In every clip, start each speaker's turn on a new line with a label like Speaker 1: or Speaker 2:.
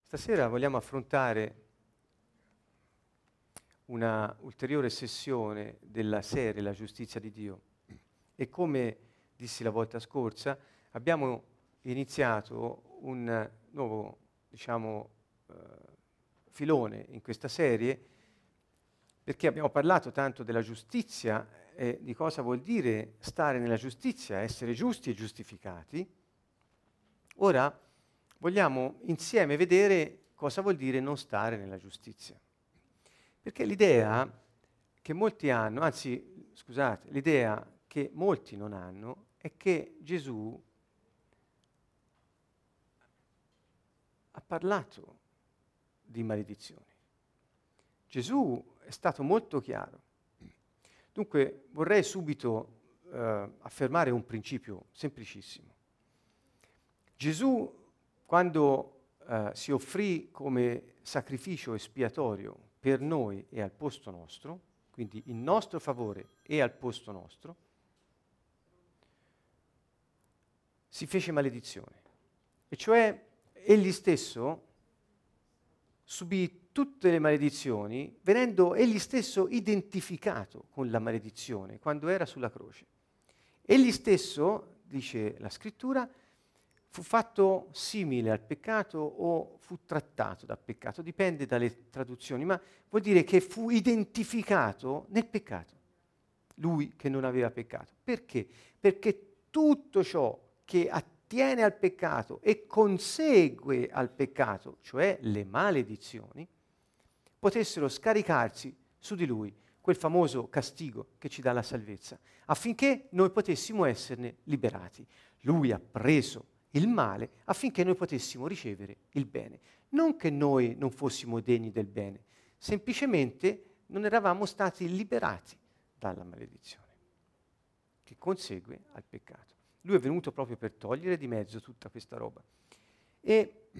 Speaker 1: Stasera vogliamo affrontare una ulteriore sessione della serie La giustizia di Dio e come dissi la volta scorsa abbiamo iniziato un nuovo, filone in questa serie perché abbiamo parlato tanto della giustizia e di cosa vuol dire stare nella giustizia, essere giusti e giustificati. Ora vogliamo insieme vedere cosa vuol dire non stare nella giustizia. Perché l'idea che molti hanno, anzi, scusate, l'idea che molti non hanno è che Gesù ha parlato di maledizioni. Gesù è stato molto chiaro. Dunque vorrei subito affermare un principio semplicissimo. Gesù, quando si offrì come sacrificio espiatorio per noi e al posto nostro, quindi in nostro favore e al posto nostro, si fece maledizione. E cioè egli stesso subì tutte le maledizioni, venendo egli stesso identificato con la maledizione quando era sulla croce. Egli stesso, dice la Scrittura, fu fatto simile al peccato o fu trattato dal peccato, dipende dalle traduzioni, ma vuol dire che fu identificato nel peccato, lui che non aveva peccato. Perché? Perché tutto ciò che attiene al peccato e consegue al peccato, cioè le maledizioni, potessero scaricarsi su di lui quel famoso castigo che ci dà la salvezza, affinché noi potessimo esserne liberati. Lui ha preso il male affinché noi potessimo ricevere il bene. Non che noi non fossimo degni del bene, semplicemente non eravamo stati liberati dalla maledizione che consegue al peccato. Lui è venuto proprio per togliere di mezzo tutta questa roba. E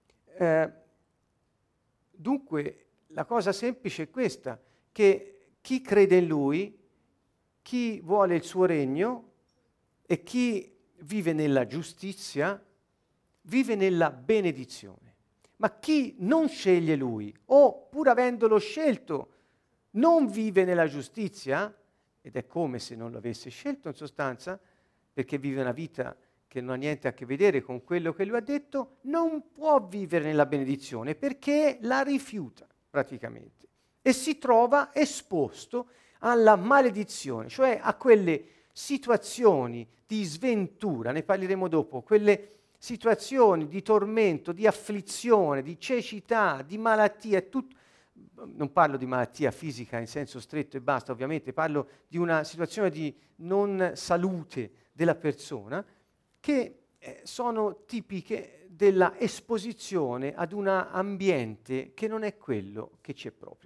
Speaker 1: dunque la cosa semplice è questa, che chi crede in Lui, chi vuole il suo regno e chi vive nella giustizia, vive nella benedizione. Ma chi non sceglie Lui, o pur avendolo scelto, non vive nella giustizia, ed è come se non l'avesse scelto in sostanza, perché vive una vita che non ha niente a che vedere con quello che Lui ha detto, non può vivere nella benedizione, perché la rifiuta praticamente. E si trova esposto alla maledizione, cioè a quelle situazioni di sventura, ne parleremo dopo, quelle situazioni di tormento, di afflizione, di cecità, di malattia, non parlo di malattia fisica in senso stretto e basta, ovviamente, parlo di una situazione di non salute della persona, che sono tipiche della esposizione ad un ambiente che non è quello che ci è proprio.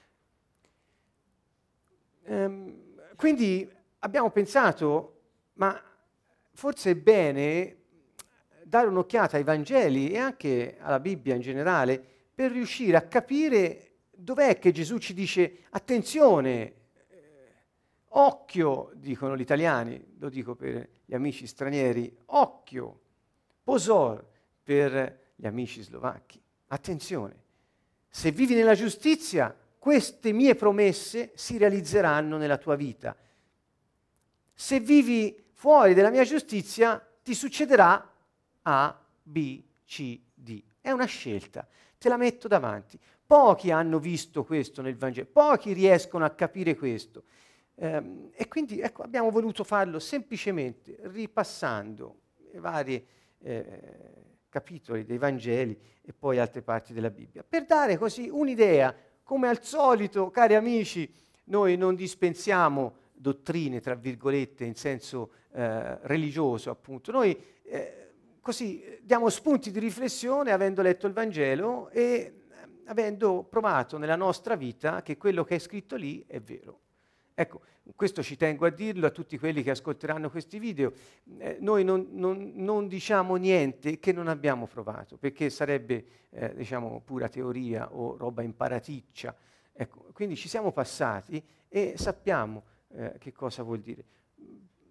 Speaker 1: Quindi abbiamo pensato, ma forse è bene dare un'occhiata ai Vangeli e anche alla Bibbia in generale per riuscire a capire dov'è che Gesù ci dice attenzione, occhio, dicono gli italiani, lo dico per gli amici stranieri, occhio, pozor per gli amici slovacchi, attenzione, se vivi nella giustizia queste mie promesse si realizzeranno nella tua vita. Se vivi fuori della mia giustizia, ti succederà A, B, C, D. È una scelta, te la metto davanti. Pochi hanno visto questo nel Vangelo, pochi riescono a capire questo. E quindi ecco, abbiamo voluto farlo semplicemente ripassando i vari capitoli dei Vangeli e poi altre parti della Bibbia, per dare così un'idea. Come al solito, cari amici, noi non dispensiamo dottrine, tra virgolette, in senso religioso, appunto. Noi così diamo spunti di riflessione avendo letto il Vangelo e avendo provato nella nostra vita che quello che è scritto lì è vero. Ecco, questo ci tengo a dirlo a tutti quelli che ascolteranno questi video. Noi non diciamo niente che non abbiamo provato, perché sarebbe, pura teoria o roba imparaticcia. Ecco, quindi ci siamo passati e sappiamo che cosa vuol dire.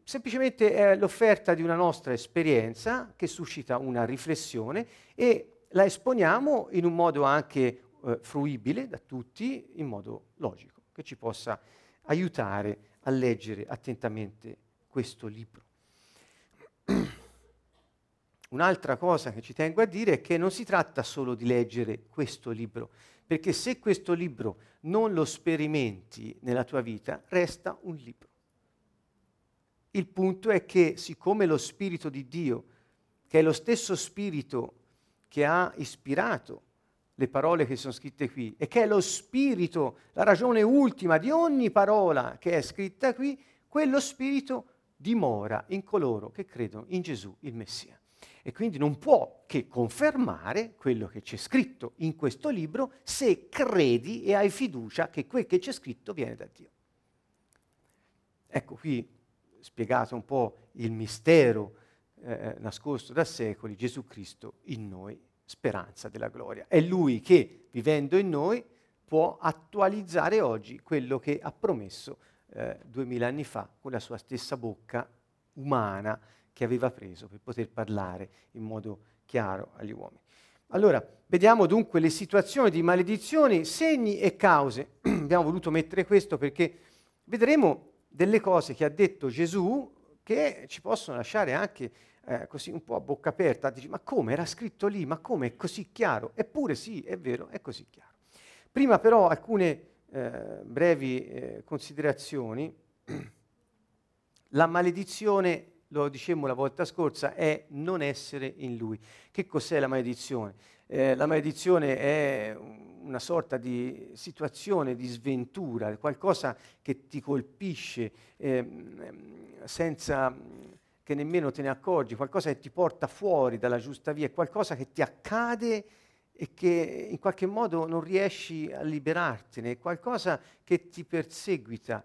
Speaker 1: Semplicemente è l'offerta di una nostra esperienza che suscita una riflessione e la esponiamo in un modo anche fruibile da tutti, in modo logico, che ci possa aiutare a leggere attentamente questo libro. Un'altra cosa che ci tengo a dire è che non si tratta solo di leggere questo libro, perché se questo libro non lo sperimenti nella tua vita, resta un libro. Il punto è che siccome lo Spirito di Dio, che è lo stesso Spirito che ha ispirato le parole che sono scritte qui, e che è lo Spirito, la ragione ultima di ogni parola che è scritta qui, quello Spirito dimora in coloro che credono in Gesù il Messia. E quindi non può che confermare quello che c'è scritto in questo libro se credi e hai fiducia che quel che c'è scritto viene da Dio. Ecco qui spiegato un po' il mistero nascosto da secoli, Gesù Cristo in noi, speranza della gloria. È Lui che, vivendo in noi, può attualizzare oggi quello che ha promesso 2000 anni fa con la sua stessa bocca umana che aveva preso per poter parlare in modo chiaro agli uomini. Allora, vediamo dunque le situazioni di maledizioni, segni e cause. Abbiamo voluto mettere questo perché vedremo delle cose che ha detto Gesù che ci possono lasciare anche così un po' a bocca aperta. Dici, ma come? Era scritto lì? Ma come? È così chiaro? Eppure sì, è vero, è così chiaro. Prima però alcune brevi considerazioni. La maledizione, lo dicemmo la volta scorsa, è non essere in Lui. Che cos'è la maledizione? La maledizione è una sorta di situazione di sventura, qualcosa che ti colpisce senza che nemmeno te ne accorgi, qualcosa che ti porta fuori dalla giusta via, qualcosa che ti accade e che in qualche modo non riesci a liberartene, qualcosa che ti perseguita.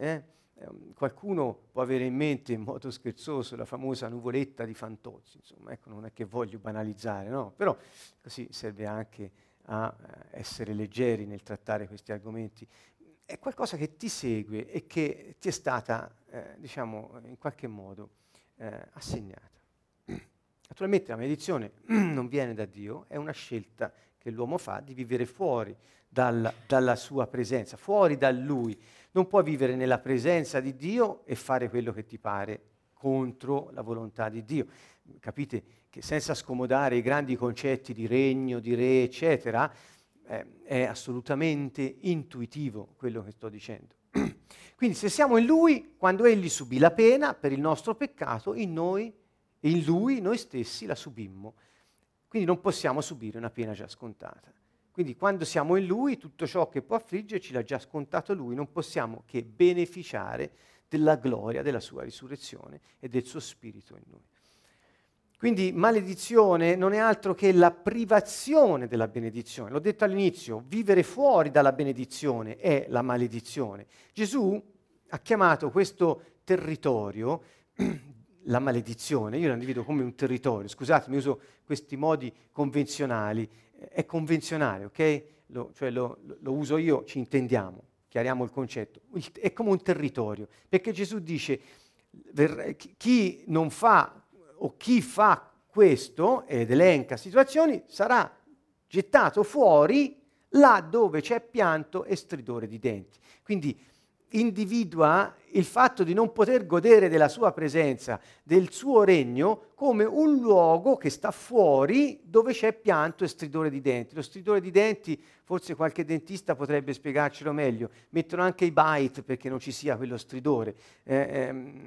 Speaker 1: Qualcuno può avere in mente in modo scherzoso la famosa nuvoletta di Fantozzi, insomma, ecco, non è che voglio banalizzare, no? Però così serve anche a essere leggeri nel trattare questi argomenti. È qualcosa che ti segue e che ti è stata, diciamo, in qualche modo assegnata. Naturalmente la maledizione non viene da Dio, è una scelta che l'uomo fa di vivere fuori dalla sua presenza, fuori da Lui. Non puoi vivere nella presenza di Dio e fare quello che ti pare contro la volontà di Dio. Capite che senza scomodare i grandi concetti di regno, di re, eccetera, è assolutamente intuitivo quello che sto dicendo. Quindi se siamo in Lui, quando Egli subì la pena per il nostro peccato, in Lui, noi stessi la subimmo. Quindi non possiamo subire una pena già scontata. Quindi quando siamo in Lui, tutto ciò che può affliggerci l'ha già scontato Lui, non possiamo che beneficiare della gloria della sua risurrezione e del suo Spirito in noi. Quindi maledizione non è altro che la privazione della benedizione. L'ho detto all'inizio, vivere fuori dalla benedizione è la maledizione. Gesù ha chiamato questo territorio la maledizione, io la individuo come un territorio, scusatemi, uso questi modi convenzionali, è convenzionale, ok? Lo uso io, ci intendiamo, chiariamo il concetto. È come un territorio, perché Gesù dice chi non fa o chi fa questo, ed elenca situazioni, sarà gettato fuori là dove c'è pianto e stridore di denti. Quindi individua il fatto di non poter godere della sua presenza, del suo regno, come un luogo che sta fuori dove c'è pianto e stridore di denti. Lo stridore di denti, forse qualche dentista potrebbe spiegarcelo meglio, mettono anche i bite perché non ci sia quello stridore. È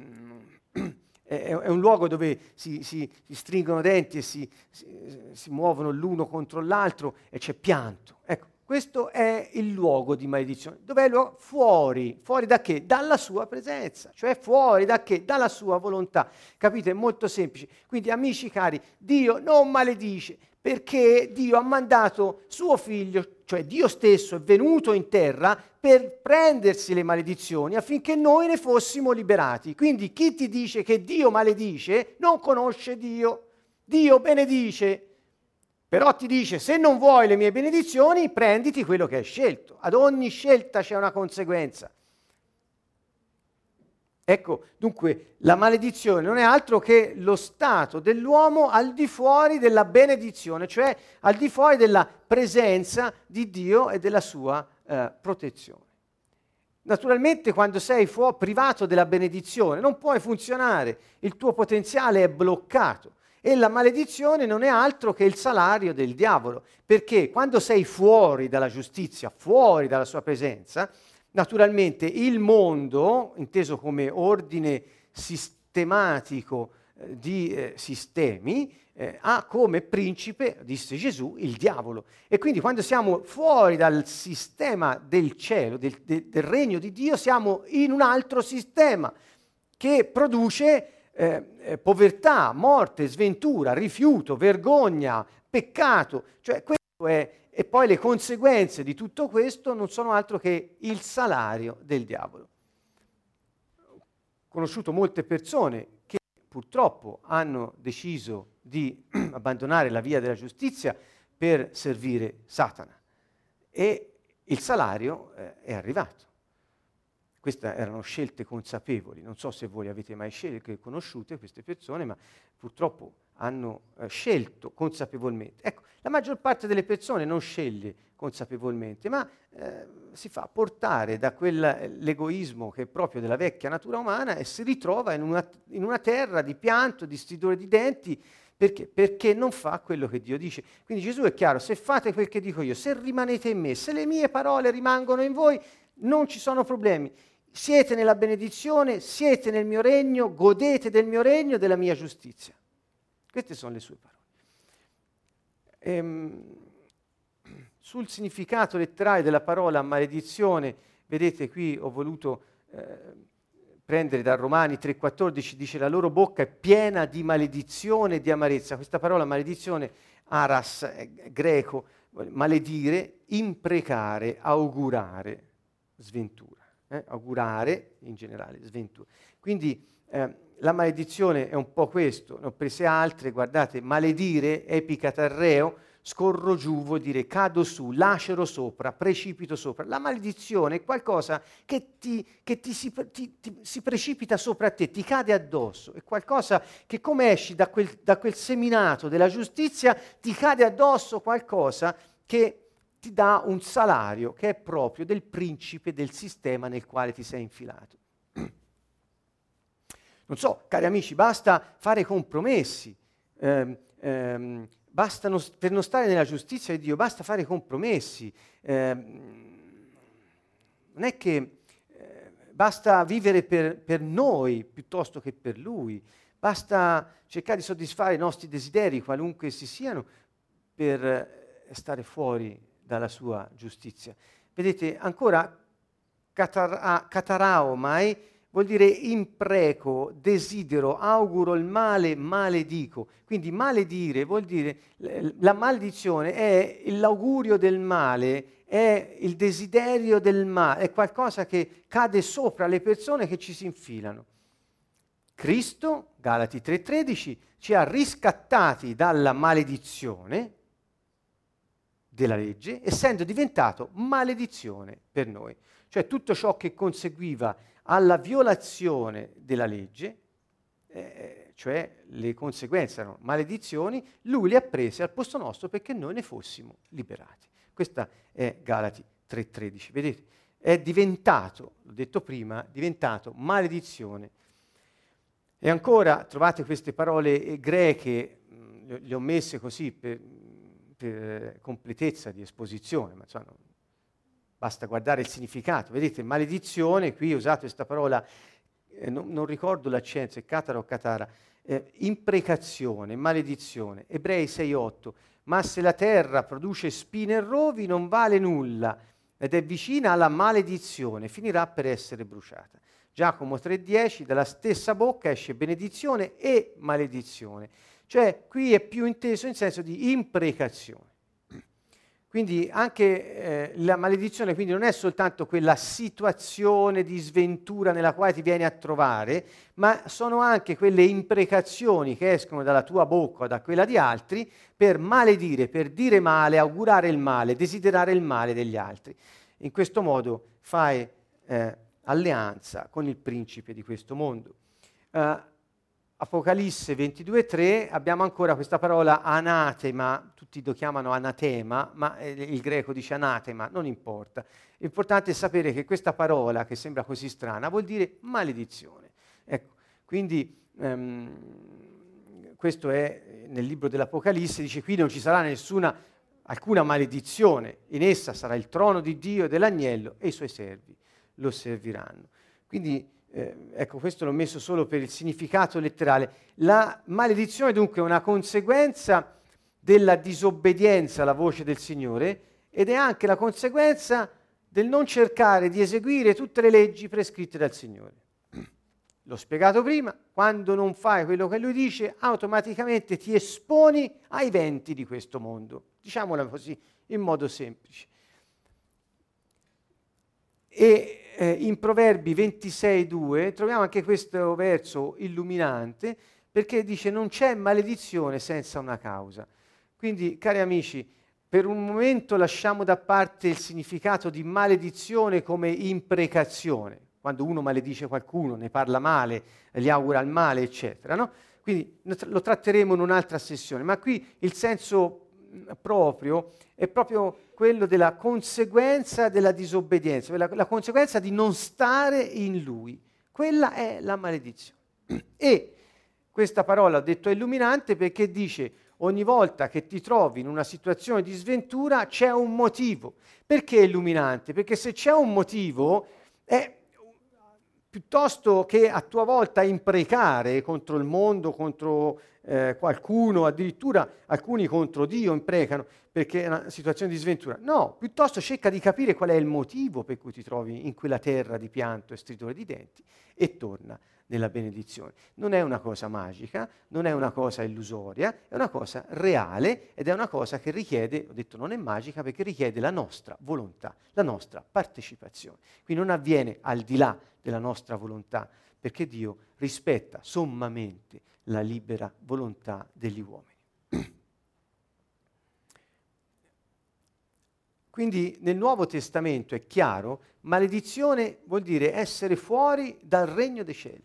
Speaker 1: un luogo dove si stringono denti e si muovono l'uno contro l'altro e c'è pianto. Ecco. Questo è il luogo di maledizione. Dov'è il luogo? Fuori. Fuori da che? Dalla sua presenza. Cioè fuori da che? Dalla sua volontà. Capite? È molto semplice. Quindi, amici cari, Dio non maledice perché Dio ha mandato suo figlio, cioè Dio stesso è venuto in terra per prendersi le maledizioni affinché noi ne fossimo liberati. Quindi chi ti dice che Dio maledice non conosce Dio. Dio benedice. Però ti dice, se non vuoi le mie benedizioni, prenditi quello che hai scelto. Ad ogni scelta c'è una conseguenza. Ecco, dunque, la maledizione non è altro che lo stato dell'uomo al di fuori della benedizione, cioè al di fuori della presenza di Dio e della sua protezione. Naturalmente quando sei privato della benedizione non puoi funzionare, il tuo potenziale è bloccato e la maledizione non è altro che il salario del diavolo, perché quando sei fuori dalla giustizia, fuori dalla sua presenza, naturalmente il mondo, inteso come ordine sistematico di sistemi, ha come principe, disse Gesù, il diavolo. E quindi quando siamo fuori dal sistema del cielo, del regno di Dio, siamo in un altro sistema che produce povertà, morte, sventura, rifiuto, vergogna, peccato. Cioè questo è. E poi le conseguenze di tutto questo non sono altro che il salario del diavolo. Ho conosciuto molte persone che purtroppo hanno deciso di abbandonare la via della giustizia per servire Satana e il salario è arrivato. Queste erano scelte consapevoli, non so se voi avete mai conosciute queste persone, ma purtroppo hanno scelto consapevolmente. Ecco, la maggior parte delle persone non sceglie consapevolmente, ma si fa portare da quell'egoismo che è proprio della vecchia natura umana e si ritrova in una terra di pianto, di stridore di denti. Perché? Perché non fa quello che Dio dice. Quindi Gesù è chiaro, se fate quel che dico io, se rimanete in me, se le mie parole rimangono in voi, non ci sono problemi. Siete nella benedizione, siete nel mio regno, godete del mio regno, della mia giustizia. Queste sono le sue parole. Sul significato letterale della parola maledizione, vedete qui ho voluto prendere da Romani 3,14, dice la loro bocca è piena di maledizione e di amarezza. Questa parola maledizione, aras, è greco, maledire, imprecare, augurare, sventura. Augurare in generale, sventura. Quindi la maledizione è un po' questo, ne ho prese altre, guardate, maledire, epicatarreo, scorro giù, vuol dire cado su, lacero sopra, precipito sopra. La maledizione è qualcosa che si precipita sopra te, ti cade addosso, è qualcosa che come esci da quel seminato della giustizia, ti cade addosso qualcosa che ti dà un salario che è proprio del principe del sistema nel quale ti sei infilato. Non so, cari amici, basta fare compromessi, basta per non stare nella giustizia di Dio, basta fare compromessi. Non è che basta vivere per noi piuttosto che per Lui, basta cercare di soddisfare i nostri desideri, qualunque essi siano, per stare fuori dalla sua giustizia. Vedete, ancora cataraomai vuol dire impreco, desidero, auguro il male, maledico. Quindi maledire vuol dire, la maledizione è l'augurio del male, è il desiderio del male, è qualcosa che cade sopra le persone che ci si infilano. Cristo, Galati 3,13, ci ha riscattati dalla maledizione della legge, essendo diventato maledizione per noi. Cioè tutto ciò che conseguiva alla violazione della legge, cioè le conseguenze erano maledizioni, lui le ha prese al posto nostro perché noi ne fossimo liberati. Questa è Galati 3,13. Vedete? È diventato, l'ho detto prima, diventato maledizione. E ancora trovate queste parole greche, le ho messe così per completezza di esposizione, ma insomma, basta guardare il significato. Vedete, maledizione, qui ho usato questa parola, non ricordo l'accento, se è catara o catara, imprecazione, maledizione. Ebrei 6,8, ma se la terra produce spine e rovi non vale nulla ed è vicina alla maledizione, finirà per essere bruciata. Giacomo 3,10, dalla stessa bocca esce benedizione e maledizione. Cioè qui è più inteso in senso di imprecazione. Quindi anche la maledizione quindi non è soltanto quella situazione di sventura nella quale ti vieni a trovare, ma sono anche quelle imprecazioni che escono dalla tua bocca o da quella di altri per maledire, per dire male, augurare il male, desiderare il male degli altri. In questo modo fai alleanza con il principe di questo mondo. Apocalisse 22:3 abbiamo ancora questa parola anatema, tutti lo chiamano anatema, ma il greco dice anatema, non importa. L'importante è sapere che questa parola, che sembra così strana, vuol dire maledizione. Ecco, quindi questo è nel libro dell'Apocalisse, dice qui non ci sarà alcuna maledizione, in essa sarà il trono di Dio e dell'agnello e i suoi servi lo serviranno. Quindi ecco, questo l'ho messo solo per il significato letterale. La maledizione dunque è una conseguenza della disobbedienza alla voce del Signore ed è anche la conseguenza del non cercare di eseguire tutte le leggi prescritte dal Signore. L'ho spiegato prima, quando non fai quello che Lui dice, automaticamente ti esponi ai venti di questo mondo. Diciamola così, in modo semplice. E in Proverbi 26:2 troviamo anche questo verso illuminante, perché dice non c'è maledizione senza una causa. Quindi, cari amici, per un momento lasciamo da parte il significato di maledizione come imprecazione, quando uno maledice qualcuno, ne parla male, gli augura il male, eccetera, no? Quindi lo tratteremo in un'altra sessione, ma qui il senso proprio è proprio quello della conseguenza della disobbedienza, la conseguenza di non stare in Lui. Quella è la maledizione. E questa parola ho detto è illuminante perché dice ogni volta che ti trovi in una situazione di sventura c'è un motivo. Perché è illuminante? Perché se c'è un motivo piuttosto che a tua volta imprecare contro il mondo, contro qualcuno, addirittura alcuni contro Dio imprecano perché è una situazione di sventura. No, piuttosto cerca di capire qual è il motivo per cui ti trovi in quella terra di pianto e stridore di denti e torna nella benedizione. Non è una cosa magica, non è una cosa illusoria, è una cosa reale ed è una cosa che richiede, ho detto non è magica perché richiede la nostra volontà, la nostra partecipazione. Quindi non avviene al di là della nostra volontà, perché Dio rispetta sommamente la libera volontà degli uomini. Quindi nel Nuovo Testamento è chiaro, maledizione vuol dire essere fuori dal regno dei cieli.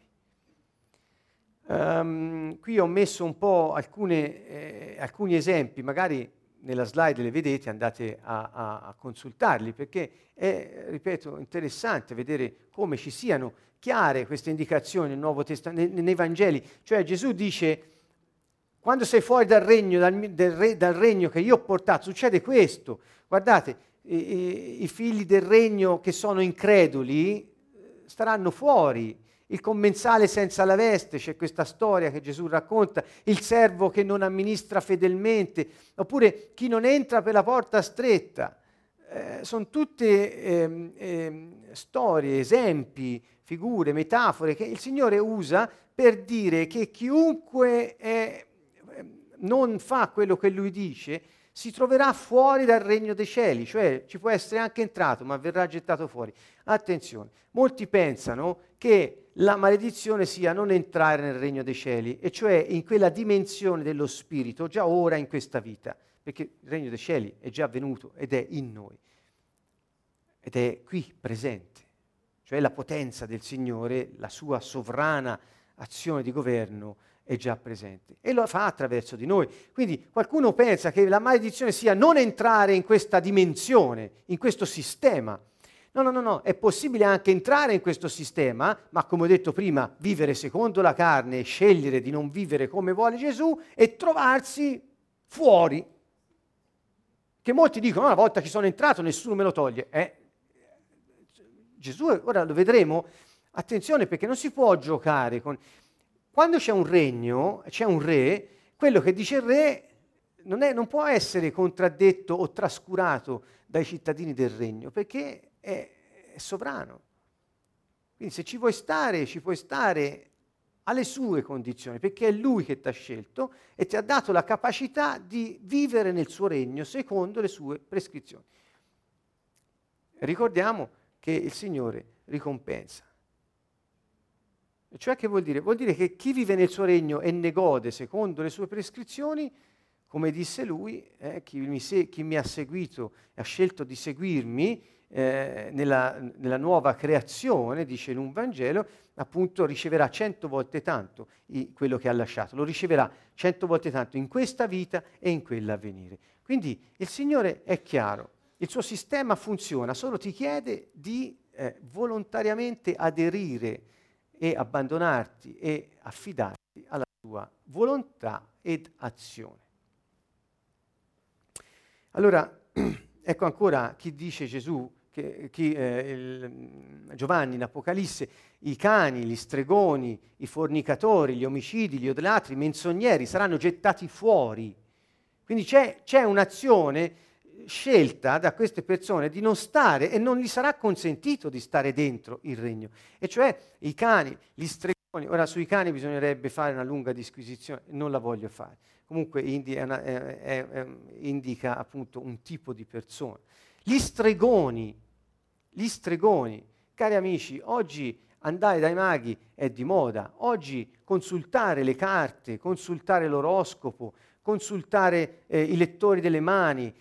Speaker 1: Qui ho messo un po' alcuni esempi, magari nella slide le vedete, andate a consultarli, perché è, ripeto, interessante vedere come ci siano chiare queste indicazioni nel Nuovo Testamento, nei Vangeli. Cioè Gesù dice, quando sei fuori dal regno, dal regno che io ho portato, succede questo. Guardate, i figli del regno che sono increduli staranno fuori. Il commensale senza la veste, c'è questa storia che Gesù racconta, il servo che non amministra fedelmente, oppure chi non entra per la porta stretta. Sono tutte storie, esempi, figure, metafore che il Signore usa per dire che chiunque non fa quello che Lui dice si troverà fuori dal regno dei cieli, cioè ci può essere anche entrato, ma verrà gettato fuori. Attenzione, molti pensano che la maledizione sia non entrare nel regno dei cieli, e cioè in quella dimensione dello spirito, già ora in questa vita, perché il regno dei cieli è già venuto ed è in noi, ed è qui presente, cioè la potenza del Signore, la sua sovrana azione di governo è già presente e lo fa attraverso di noi. Quindi qualcuno pensa che la maledizione sia non entrare in questa dimensione, in questo sistema. No, è possibile anche entrare in questo sistema, ma come ho detto prima, vivere secondo la carne e scegliere di non vivere come vuole Gesù e trovarsi fuori. Che molti dicono, una volta ci sono entrato nessuno me lo toglie. Gesù, ora lo vedremo, attenzione perché non si può giocare con... Quando c'è un regno, c'è un re, quello che dice il re non può essere contraddetto o trascurato dai cittadini del regno, perché è sovrano. Quindi se ci puoi stare alle sue condizioni, perché è Lui che ti ha scelto e ti ha dato la capacità di vivere nel suo regno secondo le sue prescrizioni. Ricordiamo che il Signore ricompensa. Cioè che vuol dire? Vuol dire che chi vive nel suo regno e ne gode secondo le sue prescrizioni come disse lui, chi mi ha seguito e ha scelto di seguirmi nella nuova creazione, dice in un Vangelo, appunto riceverà 100 volte tanto quello che ha lasciato, lo riceverà 100 volte tanto in questa vita e in quella a venire. Quindi il Signore è chiaro, il suo sistema funziona, solo ti chiede di volontariamente aderire e abbandonarti e affidarti alla sua volontà ed azione. Allora, ecco ancora chi dice Gesù, Giovanni in Apocalisse, i cani, gli stregoni, i fornicatori, gli omicidi, gli idolatri, i menzogneri saranno gettati fuori. Quindi c'è un'azione scelta da queste persone di non stare e non gli sarà consentito di stare dentro il regno. E cioè i cani, gli stregoni, ora sui cani bisognerebbe fare una lunga disquisizione, non la voglio fare. Comunque indica appunto un tipo di persona. Gli stregoni, cari amici, oggi andare dai maghi è di moda, oggi consultare le carte, consultare l'oroscopo, consultare i lettori delle mani,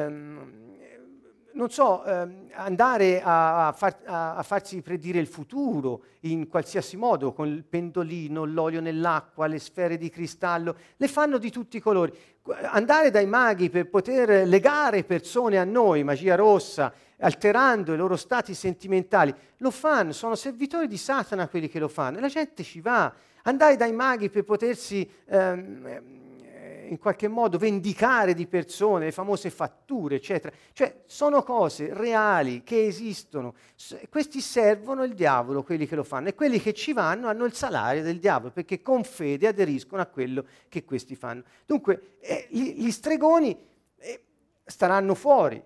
Speaker 1: andare a farsi predire il futuro in qualsiasi modo, con il pendolino, l'olio nell'acqua, le sfere di cristallo, le fanno di tutti i colori. Andare dai maghi per poter legare persone a noi, magia rossa, alterando i loro stati sentimentali, lo fanno, sono servitori di Satana quelli che lo fanno, e la gente ci va. Andare dai maghi per potersi in qualche modo vendicare di persone, le famose fatture, eccetera. Cioè, sono cose reali che esistono. Questi servono il diavolo, quelli che lo fanno, e quelli che ci vanno hanno il salario del diavolo, perché con fede aderiscono a quello che questi fanno. Dunque, gli stregoni staranno fuori.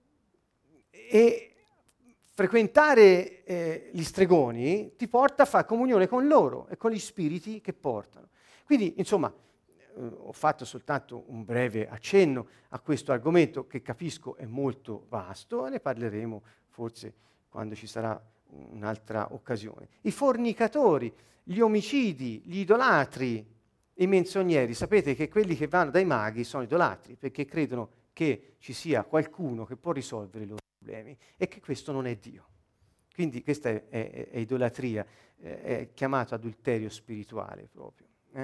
Speaker 1: E frequentare gli stregoni ti porta a fare comunione con loro e con gli spiriti che portano. Quindi, insomma, ho fatto soltanto un breve accenno a questo argomento che capisco è molto vasto e ne parleremo forse quando ci sarà un'altra occasione. I fornicatori, gli omicidi, gli idolatri, i menzogneri, sapete che quelli che vanno dai maghi sono idolatri perché credono che ci sia qualcuno che può risolvere i loro problemi e che questo non è Dio. Quindi questa è idolatria, è chiamato adulterio spirituale proprio.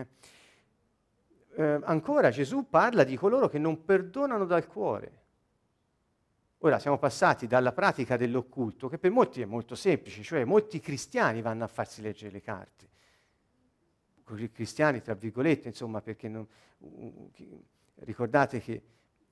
Speaker 1: Ancora Gesù parla di coloro che non perdonano dal cuore. Ora siamo passati dalla pratica dell'occulto, che per molti è molto semplice, cioè molti cristiani vanno a farsi leggere le carte. Cristiani, tra virgolette, insomma, perché ricordate che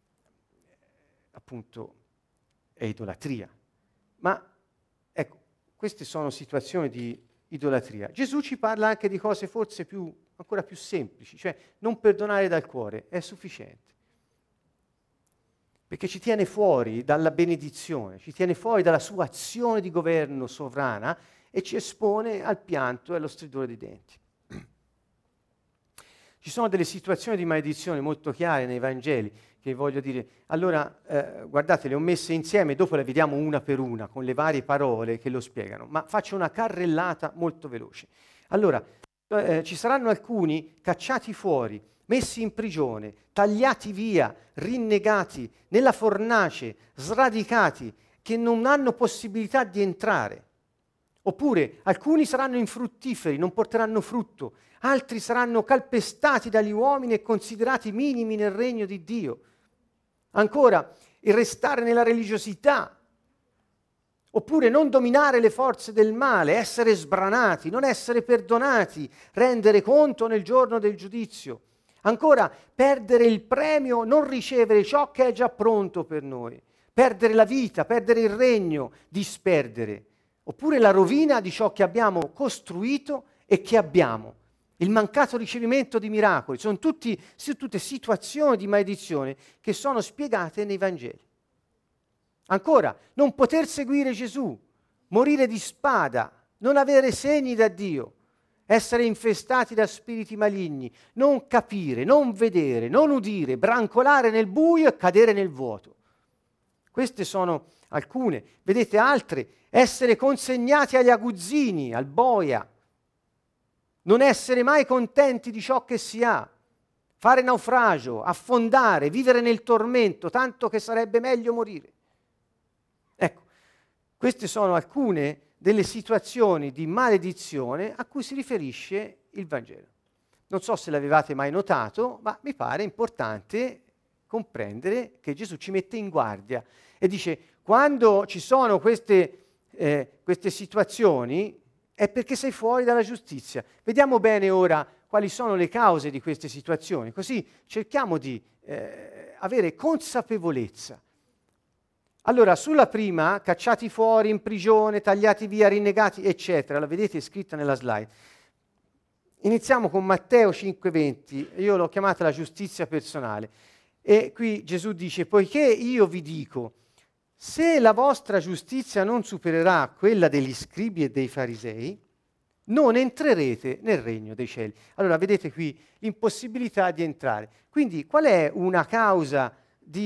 Speaker 1: appunto è idolatria. Ma ecco, queste sono situazioni di idolatria. Gesù ci parla anche di cose forse ancora più semplici, cioè non perdonare dal cuore è sufficiente, perché ci tiene fuori dalla benedizione, ci tiene fuori dalla sua azione di governo sovrana e ci espone al pianto e allo stridore dei denti. Ci sono delle situazioni di maledizione molto chiare nei Vangeli che voglio dire, allora guardate, le ho messe insieme, dopo le vediamo una per una con le varie parole che lo spiegano, ma faccio una carrellata molto veloce. Allora, ci saranno alcuni cacciati fuori, messi in prigione, tagliati via, rinnegati, nella fornace, sradicati, che non hanno possibilità di entrare. Oppure alcuni saranno infruttiferi, non porteranno frutto, altri saranno calpestati dagli uomini e considerati minimi nel regno di Dio. Ancora, il restare nella religiosità, oppure non dominare le forze del male, essere sbranati, non essere perdonati, rendere conto nel giorno del giudizio. Ancora, perdere il premio, non ricevere ciò che è già pronto per noi, perdere la vita, perdere il regno, disperdere. Oppure la rovina di ciò che abbiamo costruito e che abbiamo. Il mancato ricevimento di miracoli, sono tutte situazioni di maledizione che sono spiegate nei Vangeli. Ancora, non poter seguire Gesù, morire di spada, non avere segni da Dio, essere infestati da spiriti maligni, non capire, non vedere, non udire, brancolare nel buio e cadere nel vuoto. Queste sono alcune. Vedete altre, essere consegnati agli aguzzini, al boia, non essere mai contenti di ciò che si ha, fare naufragio, affondare, vivere nel tormento, tanto che sarebbe meglio morire. Ecco, queste sono alcune delle situazioni di maledizione a cui si riferisce il Vangelo. Non so se l'avevate mai notato, ma mi pare importante comprendere che Gesù ci mette in guardia e dice: quando ci sono queste situazioni è perché sei fuori dalla giustizia. Vediamo bene ora quali sono le cause di queste situazioni, così cerchiamo di avere consapevolezza. Allora, sulla prima, cacciati fuori, in prigione, tagliati via, rinnegati, eccetera, la vedete scritta nella slide. Iniziamo con Matteo 5,20, io l'ho chiamata la giustizia personale. E qui Gesù dice: poiché io vi dico, se la vostra giustizia non supererà quella degli scribi e dei farisei, non entrerete nel regno dei cieli. Allora vedete qui l'impossibilità di entrare. Quindi qual è una causa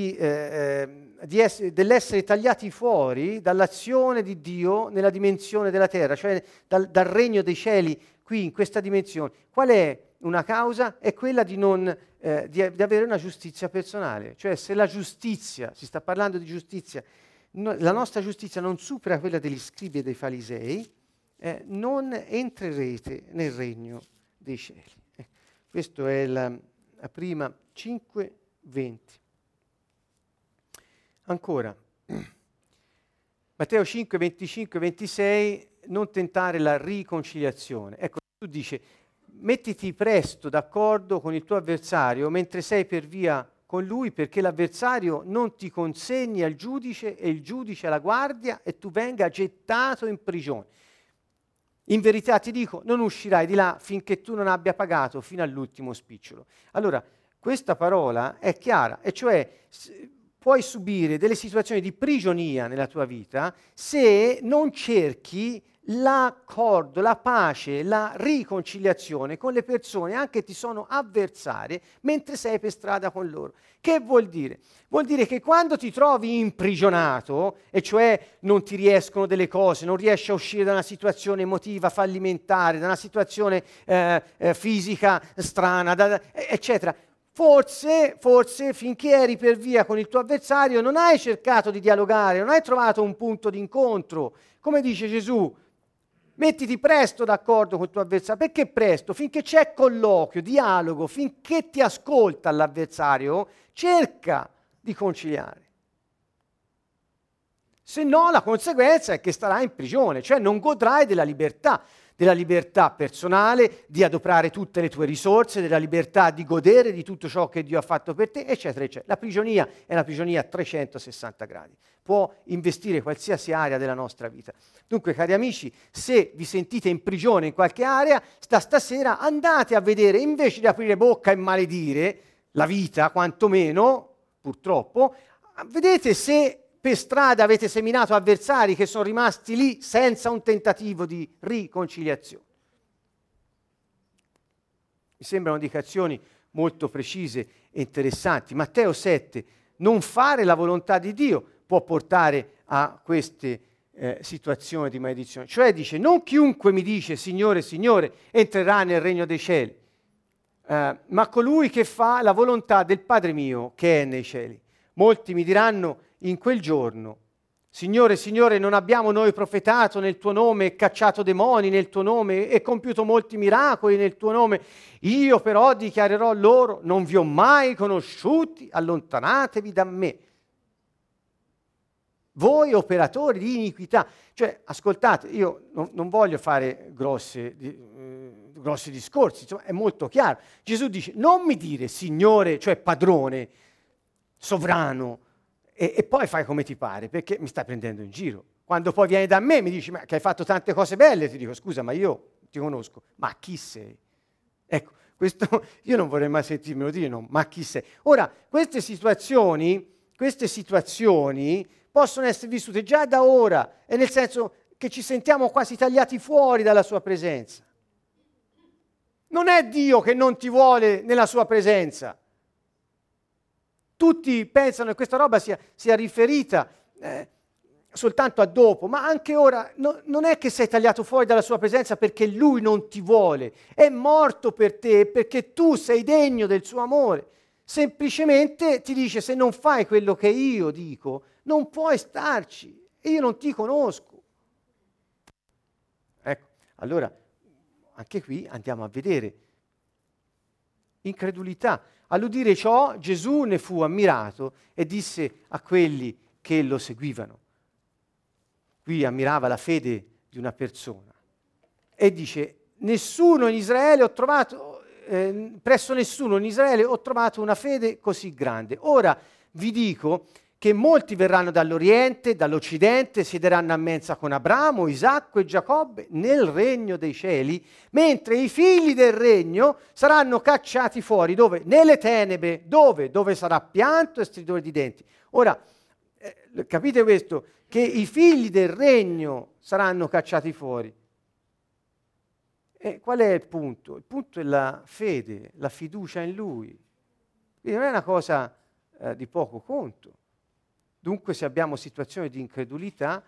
Speaker 1: dell'essere tagliati fuori dall'azione di Dio nella dimensione della terra, cioè dal regno dei cieli qui in questa dimensione? Qual è una causa? È quella di avere una giustizia personale. Cioè se la giustizia, si sta parlando di giustizia, la nostra giustizia non supera quella degli scribi e dei farisei, non entrerete nel regno dei cieli. Questo è la prima 5:20. Ancora, Matteo 5, 25, 26, non tentare la riconciliazione. Ecco, Gesù dice: mettiti presto d'accordo con il tuo avversario mentre sei per via con lui, perché l'avversario non ti consegni al giudice e il giudice alla guardia e tu venga gettato in prigione. In verità ti dico, non uscirai di là finché tu non abbia pagato fino all'ultimo spicciolo. Allora, questa parola è chiara, e cioè puoi subire delle situazioni di prigionia nella tua vita se non cerchi l'accordo, la pace, la riconciliazione con le persone, anche ti sono avversarie, mentre sei per strada con loro. Che vuol dire? Vuol dire che quando ti trovi imprigionato, e cioè non ti riescono delle cose, non riesci a uscire da una situazione emotiva fallimentare, da una situazione fisica strana, eccetera, forse finché eri per via con il tuo avversario non hai cercato di dialogare, non hai trovato un punto di incontro. Come dice Gesù, mettiti presto d'accordo con il tuo avversario. Perché presto? Finché c'è colloquio, dialogo, finché ti ascolta l'avversario, cerca di conciliare. Se no, la conseguenza è che starai in prigione, cioè non godrai della libertà personale, di adoperare tutte le tue risorse, della libertà di godere di tutto ciò che Dio ha fatto per te, eccetera, eccetera. La prigionia è una prigionia a 360 gradi. Può investire qualsiasi area della nostra vita. Dunque, cari amici, se vi sentite in prigione in qualche area, stasera andate a vedere, invece di aprire bocca e maledire la vita, quantomeno, purtroppo, vedete se per strada avete seminato avversari che sono rimasti lì senza un tentativo di riconciliazione. Mi sembrano indicazioni molto precise e interessanti. Matteo 7, non fare la volontà di Dio può portare a queste situazioni di maledizione. Cioè dice, non chiunque mi dice Signore, Signore, entrerà nel regno dei cieli, ma colui che fa la volontà del Padre mio che è nei cieli. Molti mi diranno in quel giorno, Signore, Signore, non abbiamo noi profetato nel tuo nome, cacciato demoni nel tuo nome e compiuto molti miracoli nel tuo nome? Io però dichiarerò loro, non vi ho mai conosciuti, allontanatevi da me. Voi operatori di iniquità. Cioè, ascoltate, io non voglio fare grossi discorsi, insomma, è molto chiaro. Gesù dice, non mi dire Signore, cioè padrone, sovrano, e poi fai come ti pare, perché mi stai prendendo in giro. Quando poi vieni da me mi dici, ma che hai fatto tante cose belle, ti dico, scusa, ma io ti conosco, ma chi sei? Ecco, questo io non vorrei mai sentirmelo dire, no, ma chi sei? Ora, queste situazioni possono essere vissute già da ora, e nel senso che ci sentiamo quasi tagliati fuori dalla sua presenza. Non è Dio che non ti vuole nella sua presenza. Tutti pensano che questa roba sia riferita soltanto a dopo, ma anche ora non è che sei tagliato fuori dalla sua presenza perché lui non ti vuole, è morto per te perché tu sei degno del suo amore. Semplicemente ti dice: se non fai quello che io dico, non puoi starci e io non ti conosco. Ecco, allora anche qui andiamo a vedere incredulità. All'udire ciò, Gesù ne fu ammirato e disse a quelli che lo seguivano. Qui ammirava la fede di una persona e dice: nessuno in Israele ho trovato, presso nessuno in Israele ho trovato una fede così grande. Ora vi dico che molti verranno dall'Oriente, dall'Occidente, siederanno a mensa con Abramo, Isacco e Giacobbe nel regno dei cieli, mentre i figli del regno saranno cacciati fuori. Dove? Nelle tenebre. Dove? Dove sarà pianto e stridore di denti. Ora, capite questo? Che i figli del regno saranno cacciati fuori. E qual è il punto? Il punto è la fede, la fiducia in Lui. Quindi non è una cosa di poco conto. Dunque, se abbiamo situazioni di incredulità,